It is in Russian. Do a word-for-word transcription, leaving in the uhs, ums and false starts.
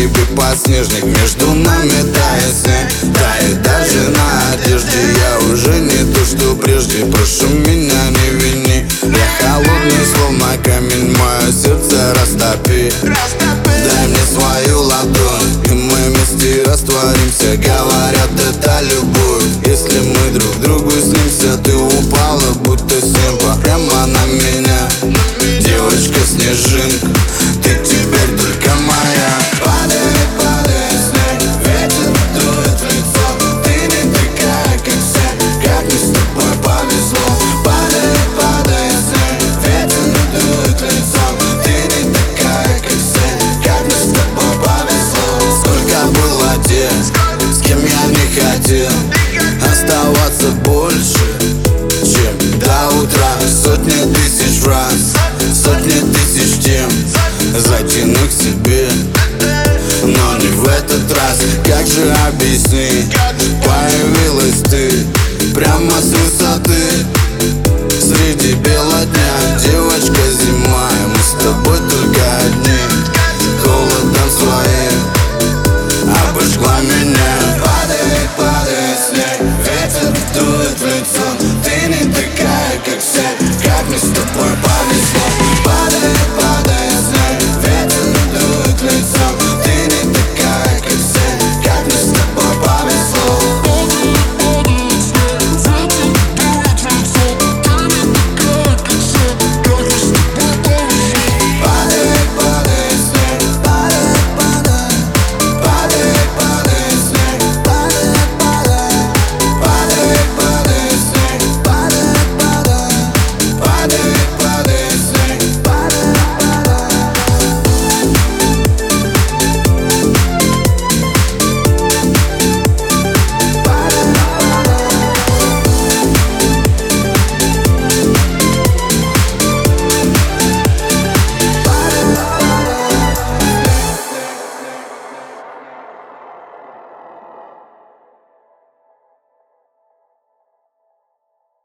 тебе подснежник, между нами тает снег, тает даже на одежде. Я уже не то, что прежде, прошу меня не вини. Я холодный, словно камень, мое сердце растопи. Дай мне свою ладонь, и мы вместе растворимся. Говорят, это любовь, если мы друг другу снимся. Ты упала, будто с неба прямо на меня, девочка-снежинка.